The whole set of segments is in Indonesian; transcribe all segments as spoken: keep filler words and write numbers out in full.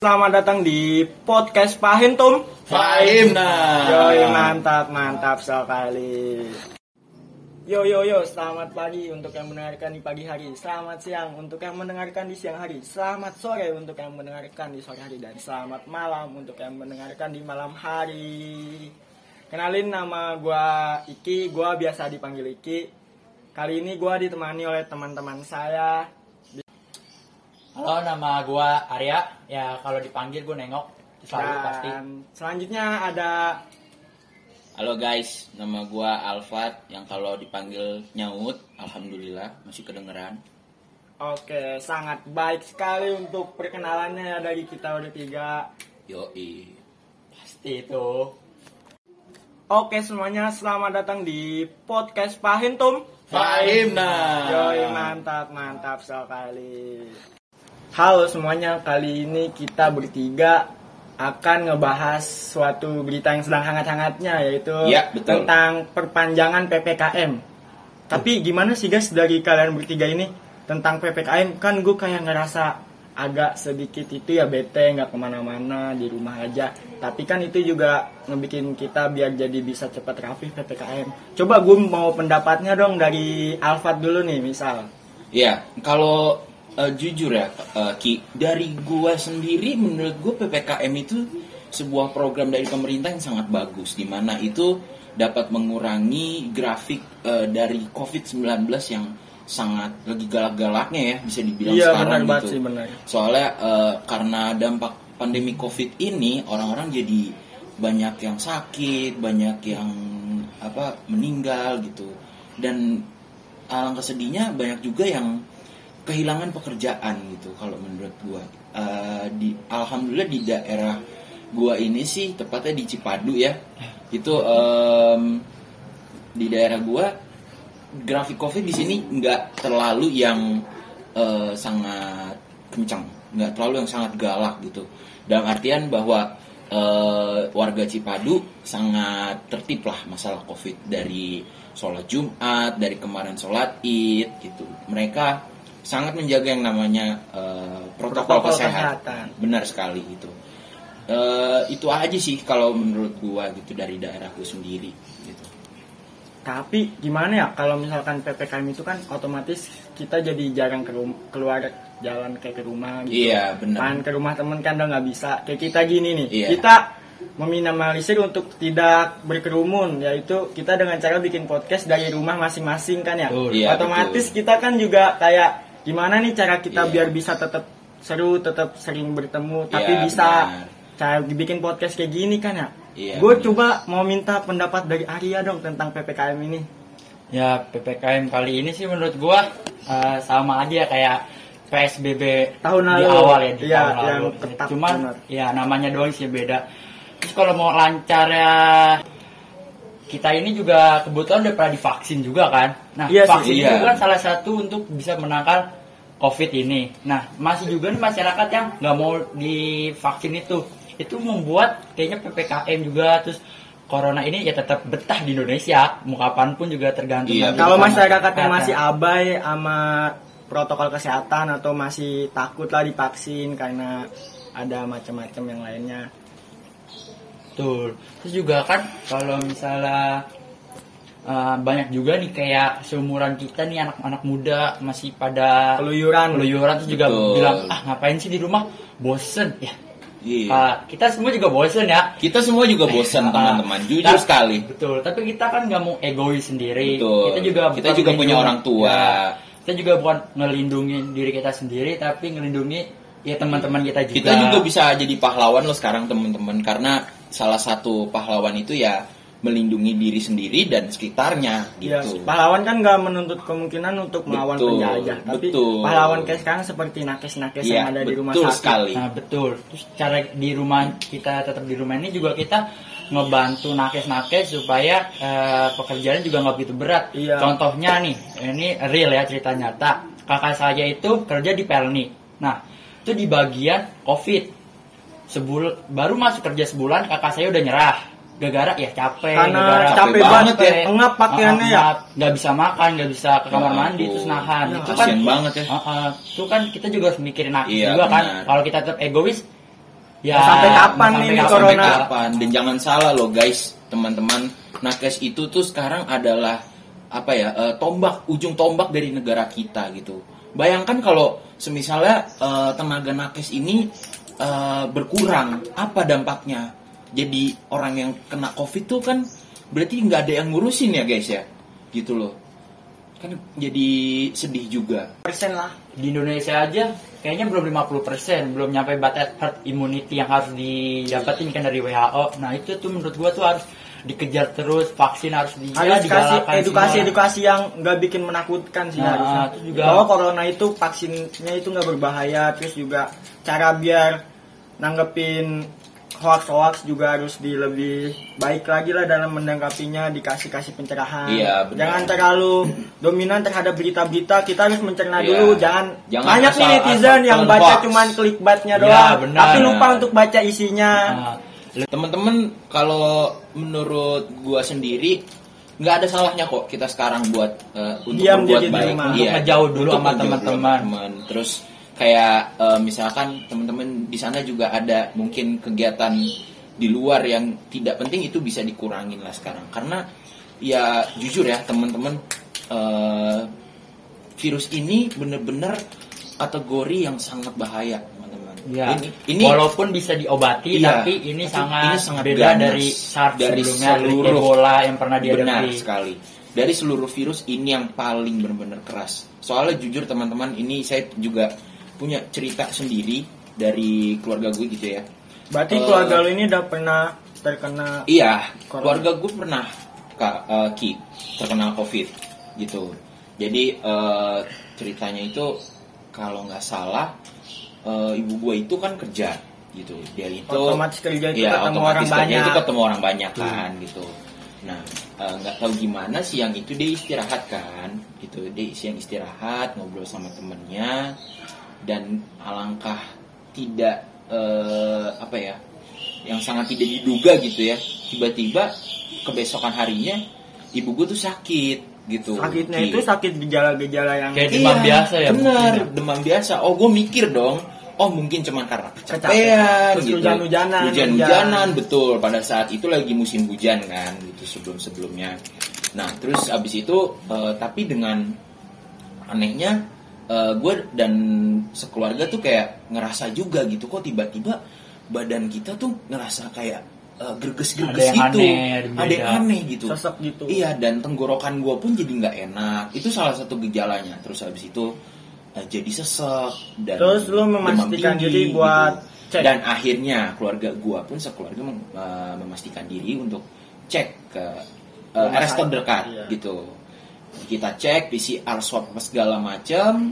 Selamat datang di podcast Fahim Tum Fahim nah. Yoi, mantap, mantap sekali. Yo yo yo, selamat pagi untuk yang mendengarkan di pagi hari. Selamat siang untuk yang mendengarkan di siang hari. Selamat sore untuk yang mendengarkan di sore hari. Dan selamat malam untuk yang mendengarkan di malam hari. Kenalin, nama gua Iki, gua biasa dipanggil Iki. Kali ini gua ditemani oleh teman-teman saya. Halo, nama gua Arya. Ya kalau dipanggil gua nengok selalu Dan pasti. selanjutnya ada. Halo guys, nama gua Alfat yang kalau dipanggil nyaut, alhamdulillah masih kedengeran. Oke, sangat baik sekali untuk perkenalannya ya dari kita bertiga. Yoi. Pasti itu. Oke semuanya, selamat datang di podcast Fahim Tum Fahim nah. Yoi, mantap, mantap sekali. Halo semuanya, kali ini kita bertiga akan ngebahas suatu berita yang sedang hangat-hangatnya, yaitu Ya, betul. tentang perpanjangan P P K M. Tapi gimana sih guys dari kalian bertiga ini tentang P P K M? Kan gue kayak ngerasa agak sedikit itu ya bete, nggak kemana-mana, di rumah aja. Tapi kan itu juga ngebikin kita biar jadi bisa cepat rapi P P K M. Coba gue mau pendapatnya dong dari Alfat dulu nih misal. Ya, kalau uh, jujur ya uh, Ki, dari gua sendiri menurut gua P P K M itu sebuah program dari pemerintah yang sangat bagus, di mana itu dapat mengurangi grafik uh, dari covid sembilan belas yang sangat lagi galak-galaknya ya, bisa dibilang Iya, sekarang benar banget gitu. sih, benar. Soalnya uh, karena dampak pandemi Covid ini, orang-orang jadi banyak yang sakit, banyak yang apa meninggal gitu. Dan alangkah sedihnya banyak juga yang kehilangan pekerjaan gitu. Kalau menurut gua, uh, di alhamdulillah di daerah gua ini sih, tepatnya di Cipadu ya, itu um, di daerah gua grafik Covid di sini nggak terlalu yang uh, sangat kencang, nggak terlalu yang sangat galak gitu. Dalam artian bahwa uh, warga Cipadu sangat tertib lah masalah Covid, dari sholat Jumat, dari kemarin sholat Id gitu. Mereka sangat menjaga yang namanya uh, protokol, Protokol kesehatan. kesehatan. Benar sekali gitu. Uh, itu aja sih kalau menurut gua gitu dari daerahku sendiri gitu. Tapi gimana ya kalau misalkan P P K M itu kan otomatis kita jadi jarang ke rum- keluar jalan kayak ke rumah gitu. Iya, benar. Main ke rumah temen kan udah nggak bisa. Kayak kita gini nih. Iya. Kita meminimalisir untuk tidak berkerumun, yaitu kita dengan cara bikin podcast dari rumah masing-masing kan ya. Betul. Iya, Otomatis betul. kita kan juga kayak gimana nih cara kita Iya. biar bisa tetap seru, tetap sering bertemu, tapi Iya, bisa benar. cara bikin podcast kayak gini kan ya. Iya, Gue benar. coba mau minta pendapat dari Arya dong tentang P P K M ini. Ya P P K M kali ini sih menurut gua uh, sama aja kayak P S B B Tahun di lalu. awal ya di Iya, tahun yang lalu. ketat Cuman banget. ya namanya doang sih beda. Terus kalau mau lancar ya, kita ini juga kebetulan udah pernah divaksin juga kan. Nah, Iya sih, vaksin iya. itu kan salah satu untuk bisa menangkal Covid ini. Nah, masih juga nih masyarakat yang nggak mau divaksin itu. Itu membuat kayaknya P P K M juga, terus Corona ini ya tetap betah di Indonesia. Mau kapan pun juga tergantung. Iya, nanti Kalau sama masyarakat yang kesehatan. masih abai sama protokol kesehatan atau masih takut lah divaksin karena ada macam-macam yang lainnya. Betul. Terus juga kan kalau misalnya uh, banyak juga nih kayak seumuran kita nih anak-anak muda masih pada Keluyuran. keluyuran terus juga Betul. bilang ah ngapain sih di rumah, bosen ya. Iya. Uh, kita semua juga bosen ya. Kita semua juga bosan Ah, teman-teman, jujur nah, sekali. Betul. Tapi kita kan nggak mau egois sendiri. Betul. Kita juga Kita bukan juga punya melindungi- orang tua. Ya, kita juga bukan ngelindungi diri kita sendiri, tapi ngelindungi ya teman-teman kita juga. Kita juga bisa jadi pahlawan loh sekarang teman-teman, karena salah satu pahlawan itu ya melindungi diri sendiri dan sekitarnya Ya, gitu. pahlawan kan nggak menuntut kemungkinan untuk melawan Betul, penjajah, tapi betul. pahlawan kayak sekarang seperti nakes-nakes Iya, yang ada di rumah betul sakit. sekali. Nah betul. Terus cara di rumah kita tetap di rumah ini juga kita ngebantu nakes-nakes supaya eh, pekerjaannya juga nggak begitu berat. Iya. Contohnya nih, ini real ya cerita nyata. Kakak saya itu kerja di Pelni. Nah itu di bagian COVID. Sebul baru masuk kerja sebulan kakak saya udah nyerah. Gara-gara ya capek, Karena gara-gara capek banget banget ya, capek. engap pakaiannya ya. Engap, nggak bisa makan, nggak bisa ke kamar Ya mandi, ampun. terus nahan. Ya, itu kan kasian banget ya. Uh, uh, itu kan kita juga harus mikirin nakes Iya, juga kan. benar. Kalau kita tetap egois, Ya, sampai kapan sampai ini kapan, corona? Sampai kapan? Dan jangan salah loh guys, teman-teman, nakes itu tuh sekarang adalah apa ya, eh, tombak, ujung tombak dari negara kita gitu. Bayangkan kalau semisalnya eh, tenaga nakes ini eh, berkurang, apa dampaknya? Jadi orang yang kena COVID tuh kan berarti nggak ada yang ngurusin ya guys ya, gitu loh. Kan jadi sedih juga. Persen lah. Di Indonesia aja kayaknya belum lima puluh persen, belum nyampe batas herd immunity yang harus didapetin kan dari W H O. Nah itu tuh menurut gua tuh harus dikejar terus, vaksin harus di, Harus ya, kasih digalakan edukasi semua. edukasi yang nggak bikin menakutkan sih Nah, harusnya. itu juga. Bahwa corona itu vaksinnya itu nggak berbahaya, terus juga cara biar nanggepin hoax-hoax juga harus di lebih baik lagi lah dalam menanggapinya, dikasih-kasih pencerahan. Iya, benar. Jangan terlalu dominan terhadap berita-berita, kita harus mencerna Iya. dulu. Jangan, Jangan banyak nih asal- netizen asal yang hoax. baca cuman clickbaitnya Iya, doang, benar. tapi lupa untuk baca isinya. Nah, Teman-teman, kalau menurut gua sendiri nggak ada salahnya kok kita sekarang buat eh, untuk Diam berbuat dia di baik. rumah. Untuk ngejauh dulu untuk sama ngejauh teman-teman. teman-teman. Terus kayak eh, misalkan teman-teman di sana juga ada mungkin kegiatan di luar yang tidak penting, itu bisa dikurangin lah sekarang. Karena ya jujur ya teman-teman, eh, virus ini bener-bener kategori yang sangat bahaya teman-teman. ya. Ini, ini Walaupun bisa diobati, Iya, tapi ini tapi sangat, ini sangat beda ganas. dari SARS Dari sebelumnya, dari seluruh- Ebola yang pernah benar dihadapi. sekali. Dari seluruh virus ini yang paling benar-benar keras. Soalnya jujur teman-teman, ini saya juga punya cerita sendiri dari keluarga gue gitu ya. Berarti Eh, keluarga lu ini udah pernah terkena. Iya, Corona. keluarga gue pernah Kak, eh, Ki, terkena COVID gitu. Jadi eh, ceritanya itu kalau nggak salah eh, ibu gue itu kan kerja gitu. Dia itu Otomatis kerja itu iya, ketemu otomatis orang kerja banyak. itu ketemu orang banyak kan gitu. Nah, eh, nggak tahu gimana siang itu dia istirahat kan, gitu. Dia siang istirahat ngobrol sama temennya, dan alangkah tidak eh, apa ya, yang sangat tidak diduga gitu ya. Tiba-tiba kebesokan harinya ibu gue tuh sakit gitu. Sakitnya Ki. itu sakit gejala-gejala yang Kayak demam biasa ya, Bener, mungkin ya. demam biasa. Oh, gue mikir dong. Oh, mungkin cuma karena kecapean Kecapean. Terus gitu. hujan-hujanan, Hujan-hujanan, betul. Pada saat itu lagi musim hujan kan, gitu sebelum-sebelumnya. Nah, terus abis itu, eh, tapi dengan anehnya, eh, gue dan sekeluarga tuh kayak ngerasa juga gitu. Kok tiba-tiba badan kita tuh ngerasa kayak eh, gerges-gerges Ada yang gitu. aneh, ada yang Ada yang beda. aneh gitu. sesek gitu. Iya, dan tenggorokan gue pun jadi nggak enak. Itu salah satu gejalanya. Terus habis itu eh, jadi sesek dan Terus lu demam memastikan tinggi, diri buat gitu. cek. Dan akhirnya keluarga gue pun sekeluarga mem- eh, memastikan diri untuk cek ke uh, Rumah R S sakit. terdekat Iya. gitu. Kita cek P C R, swab apa segala macam,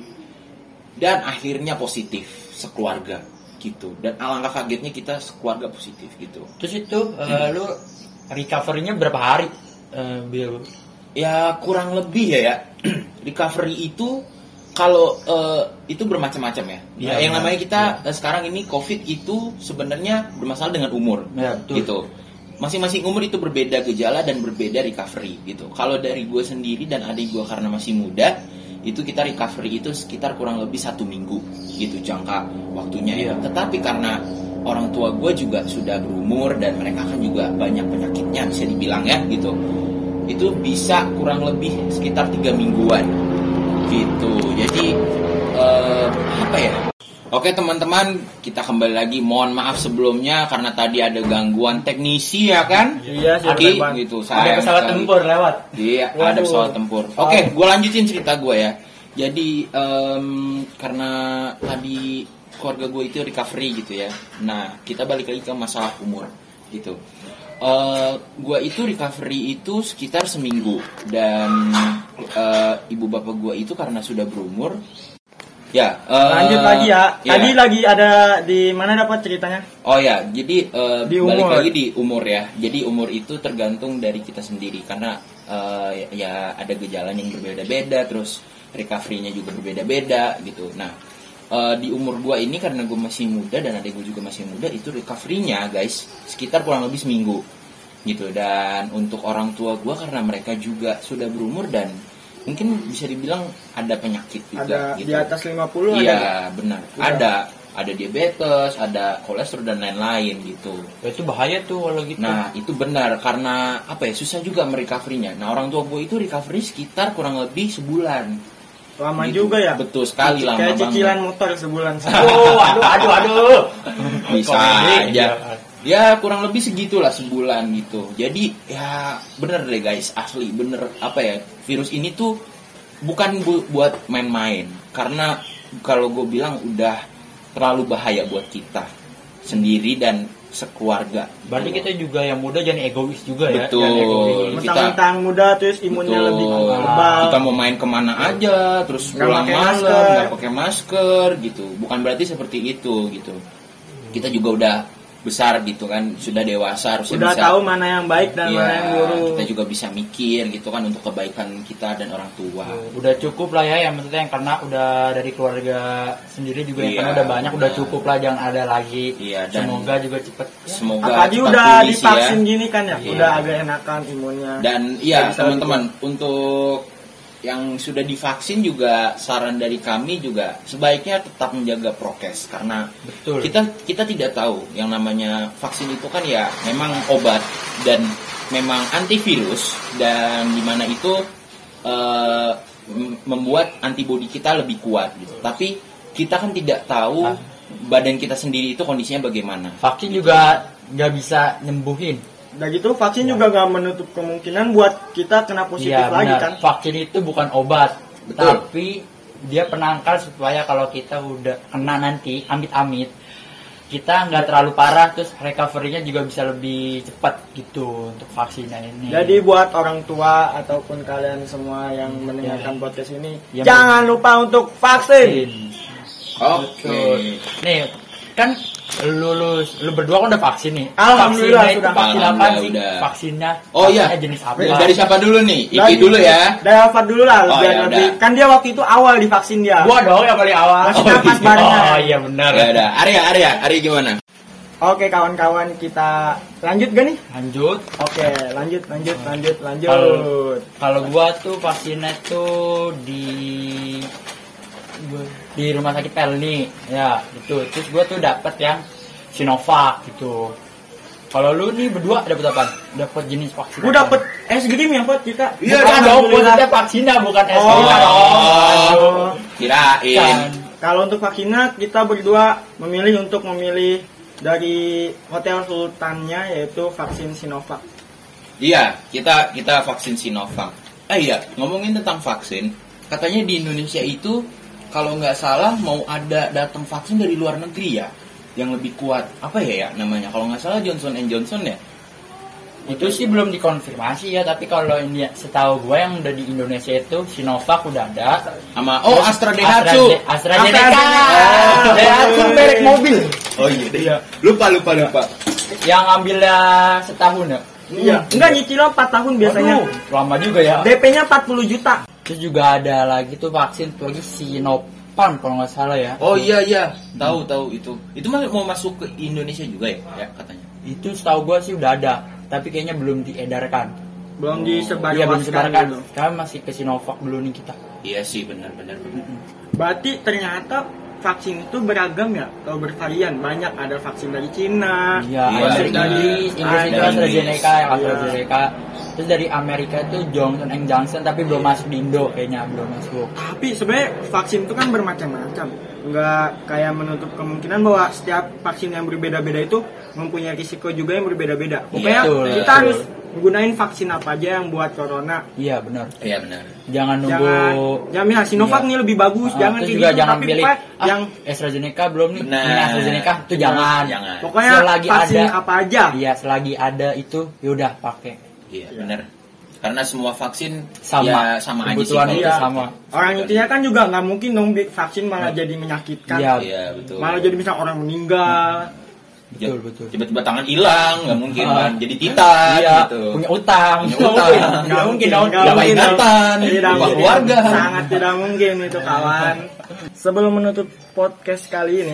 dan akhirnya positif sekeluarga gitu. Dan alangkah kagetnya kita sekeluarga positif gitu. Terus itu eh, lu recovery-nya berapa hari, eh, Bill? Ya kurang lebih ya ya. Recovery itu kalau eh, itu bermacam-macam ya. Iya, Nah, yang benar. namanya kita eh, sekarang ini COVID itu sebenarnya bermasalah dengan umur. Ya, betul. Gitu. Masing-masing umur itu berbeda gejala dan berbeda recovery gitu. Kalau dari gue sendiri dan adik gue karena masih muda, itu kita recovery itu sekitar kurang lebih satu minggu gitu jangka waktunya ya. Iya. Tetapi karena orang tua gue juga sudah berumur dan mereka kan juga banyak penyakitnya bisa dibilang ya gitu. Itu bisa kurang lebih sekitar tiga mingguan gitu. Jadi eh, apa ya? Oke teman-teman, kita kembali lagi. Mohon maaf sebelumnya karena tadi ada gangguan teknisi ya kan? Iya, sih, Aki, benar, Bang. gitu. Ada sayang pesawat sekali. tempur lewat. Iya, ada Waduh. pesawat tempur. Oke, gue lanjutin cerita gue ya. Jadi em, karena tadi keluarga gue itu recovery gitu ya. Nah, kita balik lagi ke masalah umur gitu. Eh, gue itu recovery itu sekitar seminggu, dan eh, ibu bapak gue itu karena sudah berumur. Ya, eh, Lanjut lagi ya. ya. Tadi lagi ada di mana dapat ceritanya? Oh ya, jadi eh, Di balik umur. lagi di umur ya. Jadi umur itu tergantung dari kita sendiri karena eh, ya ada gejala yang berbeda-beda, terus recovery-nya juga berbeda-beda gitu. Nah, eh, di umur gua ini karena gue masih muda dan adik gue juga masih muda, itu recovery-nya guys sekitar kurang lebih seminggu gitu. Dan untuk orang tua gua karena mereka juga sudah berumur dan mungkin bisa dibilang ada penyakit juga Ada gitu. di atas lima puluh ada. Iya, benar. Udah. Ada ada diabetes, ada kolesterol dan lain-lain gitu. Ya, itu bahaya tuh kalau gitu. Nah itu benar karena apa ya susah juga merecovery-nya. Nah orang tua gue itu recovery sekitar kurang lebih sebulan. Lama Gitu. juga ya? Betul sekali, lama Kayak banget. cicilan motor sebulan. Oh, aduh, aduh, aduh. Bisa Komedi. aja. Ya kurang lebih segitulah sebulan gitu. Jadi ya bener deh guys, asli bener apa ya, virus ini tuh bukan bu- buat main-main. Karena kalau gue bilang udah terlalu bahaya buat kita sendiri dan sekeluarga. Berarti kita juga yang muda jangan egois juga ya. Betul. Jangan egois. Mentang-mentang muda terus imunnya Betul. lebih kebal. Kita mau main kemana aja, terus Nggak pulang pakai malam masker. nggak pakai masker gitu. Bukan berarti seperti itu gitu. Kita juga udah besar gitu kan, sudah dewasa harusnya Udah bisa. tahu mana yang baik dan Iya, mana yang buruk. kita juga bisa mikir gitu kan untuk kebaikan kita dan orang tua. Udah cukup lah ya, yang maksudnya yang karena udah dari keluarga sendiri juga yang Iya, karena udah banyak, udah benar. cukup lah, jangan ada lagi. Iya, dan Semoga juga cepet. Semoga Apalagi cepat udah pulih sih divaksin ya. gini kan ya, Iya. udah agak enakan imunnya. Dan Nggak iya bisa teman-teman, untuk yang sudah divaksin juga saran dari kami juga sebaiknya tetap menjaga prokes karena Betul. kita kita tidak tahu yang namanya vaksin itu kan ya memang obat dan memang antivirus dan dimana itu eh, mem- membuat antibodi kita lebih kuat gitu. Tapi kita kan tidak tahu Ah. badan kita sendiri itu kondisinya bagaimana. Vaksin juga nggak bisa nyembuhin. Udah gitu vaksin juga gak menutup kemungkinan buat kita kena positif Iya lagi benar. kan. Vaksin itu bukan obat, Betul. tapi dia penangkal supaya kalau kita udah kena nanti, amit-amit, kita nggak terlalu parah, terus recovery-nya juga bisa lebih cepat gitu untuk vaksinnya ini. Jadi buat orang tua ataupun kalian semua yang mendengarkan podcast ini, Ya, jangan lupa untuk vaksin. Oke. Nih, kan lu, lu, lu berdua kan udah vaksin nih. Alhamdulillah, Vaksinnya itu sudah. vaksin apa sih? Alhamdulillah. Vaksinnya. Oh iya. vaksinnya jenis apa? Dari siapa dulu nih? Iki Dari- dulu ya. Dari Alfat dulu lah, Oh, biar ya lebih. udah. Kan dia waktu itu awal divaksin dia. Gua dong yang paling awal. Masih Oh, napas iya. barengan. Oh iya benar. Ya udah, Arya, Arya, Arya gimana? Oke kawan-kawan, kita lanjut gak nih? Lanjut. Oke, lanjut, lanjut, lanjut, lanjut. Kalau- Kalau gua tuh vaksinnya tuh di di rumah sakit Pelni ya gitu. Terus gua tuh dapat yang Sinovac gitu. Kalau lu nih berdua dapat apa? Dapat jenis vaksin. Gue apa? dapet es krim ya, Pot, kita. Iya, Bukan dong, Alhamdulillah. maksudnya vaksinnya bukan es Oh. krim dong. Oh. Kirain. Kan. Kalau untuk vaksinnya, kita berdua memilih untuk memilih dari Hotel Sultannya, yaitu vaksin Sinovac. Iya, kita kita vaksin Sinovac. Eh iya, ngomongin tentang vaksin, katanya di Indonesia itu kalau nggak salah mau ada datang vaksin dari luar negeri ya, yang lebih kuat. Apa ya ya namanya? Kalau nggak salah Johnson and Johnson ya. Itu sih belum dikonfirmasi ya, tapi kalau ini setahu gue yang udah di Indonesia itu Sinovac udah ada. Sama oh Astra Daihatsu. Astra- AstraZeneca. AstraZeneca. Daihatsu merek mobil. Oh iya, iya. Lupa lupa lupa. Yang ambilnya setahun ya. Iya. Enggak, nyicil empat tahun biasanya. Aduh, lama juga ya. D P-nya empat puluh juta. Terus juga ada lagi tuh vaksin tuh lagi Sinopharm kalau nggak salah ya. Oh iya iya, tahu tahu itu. Itu mah mau masuk ke Indonesia juga ya, ya katanya. Itu setahu gue sih udah ada, tapi kayaknya belum diedarkan. Belum disebar Iya belum disebarkan. gitu. Sekarang masih ke Sinovac dulu nih kita. Iya sih benar benar benar. Berarti ternyata vaksin itu beragam ya, atau bervarian. Banyak, ada vaksin dari Cina, Iya, Iya, ada dari benar. Inggris, Inggris itu Dari AstraZeneca, Inggris. AstraZeneca. Terus dari Amerika itu Johnson and Johnson, tapi belum masuk di Indo kayaknya, belum masuk. Tapi sebenarnya vaksin itu kan bermacam-macam. Nggak kayak menutup kemungkinan bahwa setiap vaksin yang berbeda-beda itu mempunyai risiko juga yang berbeda-beda. Pokoknya betul, kita betul. harus menggunakan vaksin apa aja yang buat corona. Iya benar. Iya benar. Jangan nunggu. Jangan, jangan bilang Sinovac Iya. nih lebih bagus, Ah, jangan terus kayak juga gitu. jangan Tapi pilih pokoknya ah, yang AstraZeneca belum nih. Benar. Ini AstraZeneca tuh jangan. Jangan. pokoknya Selagi vaksin ada- apa aja. Iya, selagi ada itu yaudah pakai. Iya benar. Karena semua vaksin Sama. ya sama aja sih. Kebutuhan kalau- itu Iya. sama. Orang intinya kan juga nggak mungkin dong bi- vaksin malah jadi menyakitkan. Iya. Iya betul. Malah jadi misal orang meninggal. Betul, betul. Tiba-tiba tangan hilang, nggak mungkin Ah. kan? Jadi titan Iya, gitu. punya utang. Punya Nggak utang. mungkin. Nggak mungkin dong. Nggak Lupa mungkin dong. ingatan, Tidak lupa mungkin. keluarga. Sangat tidak mungkin itu kawan. Sebelum menutup podcast kali ini,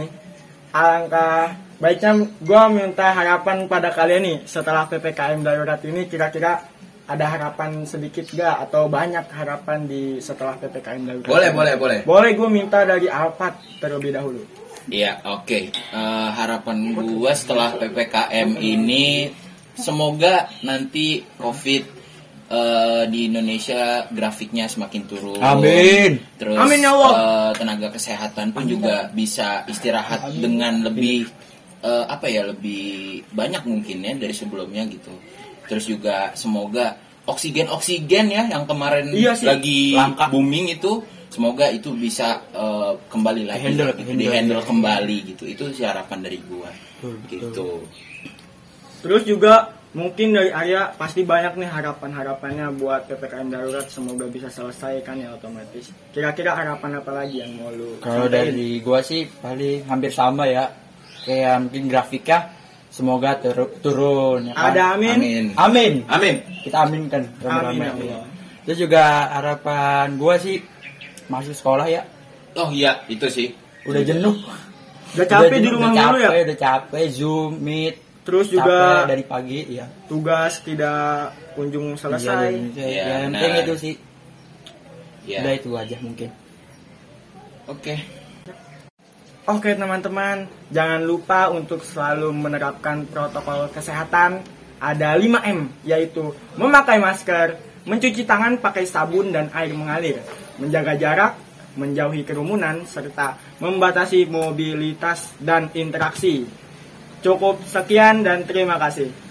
alangkah baiknya gue minta harapan pada kalian nih setelah P P K M darurat ini, kira-kira ada harapan sedikit gak atau banyak harapan di setelah P P K M darurat? Boleh, ini? boleh, boleh. Boleh, gue minta dari Alfat terlebih dahulu. Iya, oke. Eh, harapan gua setelah P P K M ini semoga nanti COVID eh, di Indonesia grafiknya semakin turun. Amin. Terus Amin, ya Allah. eh, tenaga kesehatan pun juga bisa istirahat dengan lebih eh, apa ya, lebih banyak mungkin ya dari sebelumnya gitu. Terus juga semoga oksigen-oksigen ya yang kemarin Iya sih, lagi langka. booming itu, semoga itu bisa eh, kembali lagi, Handle, gitu, handle. di handle kembali gitu. Itu sih harapan dari gua. Betul, Gitu. Terus juga mungkin dari Arya pasti banyak nih harapan-harapannya buat P P K M darurat, semoga bisa selesai kan ya otomatis. Kira-kira harapan apa lagi yang mau lu Kalau sampein? dari gua sih paling hampir sama ya. Kayak mungkin grafiknya semoga tur- turun ya kan? Ada amin. Amin. Amin. Amin. Kita aminkan Amin rame-rame. ya Allah. Terus juga harapan gua sih masuk sekolah ya. Oh iya, itu sih. Udah jenuh. Udah capek Udah di jenuh, rumah udah mulu ya. capek, Udah capek Zoom, Meet. Terus Capek juga dari pagi ya. tugas tidak kunjung selesai. Iya, Iya, ya, yang penting benar. itu sih. Ya. Udah itu aja mungkin. Oke. Oke teman-teman, jangan lupa untuk selalu menerapkan protokol kesehatan. Ada lima M, yaitu memakai masker, mencuci tangan pakai sabun dan air mengalir, menjaga jarak, menjauhi kerumunan, serta membatasi mobilitas dan interaksi. Cukup sekian dan terima kasih.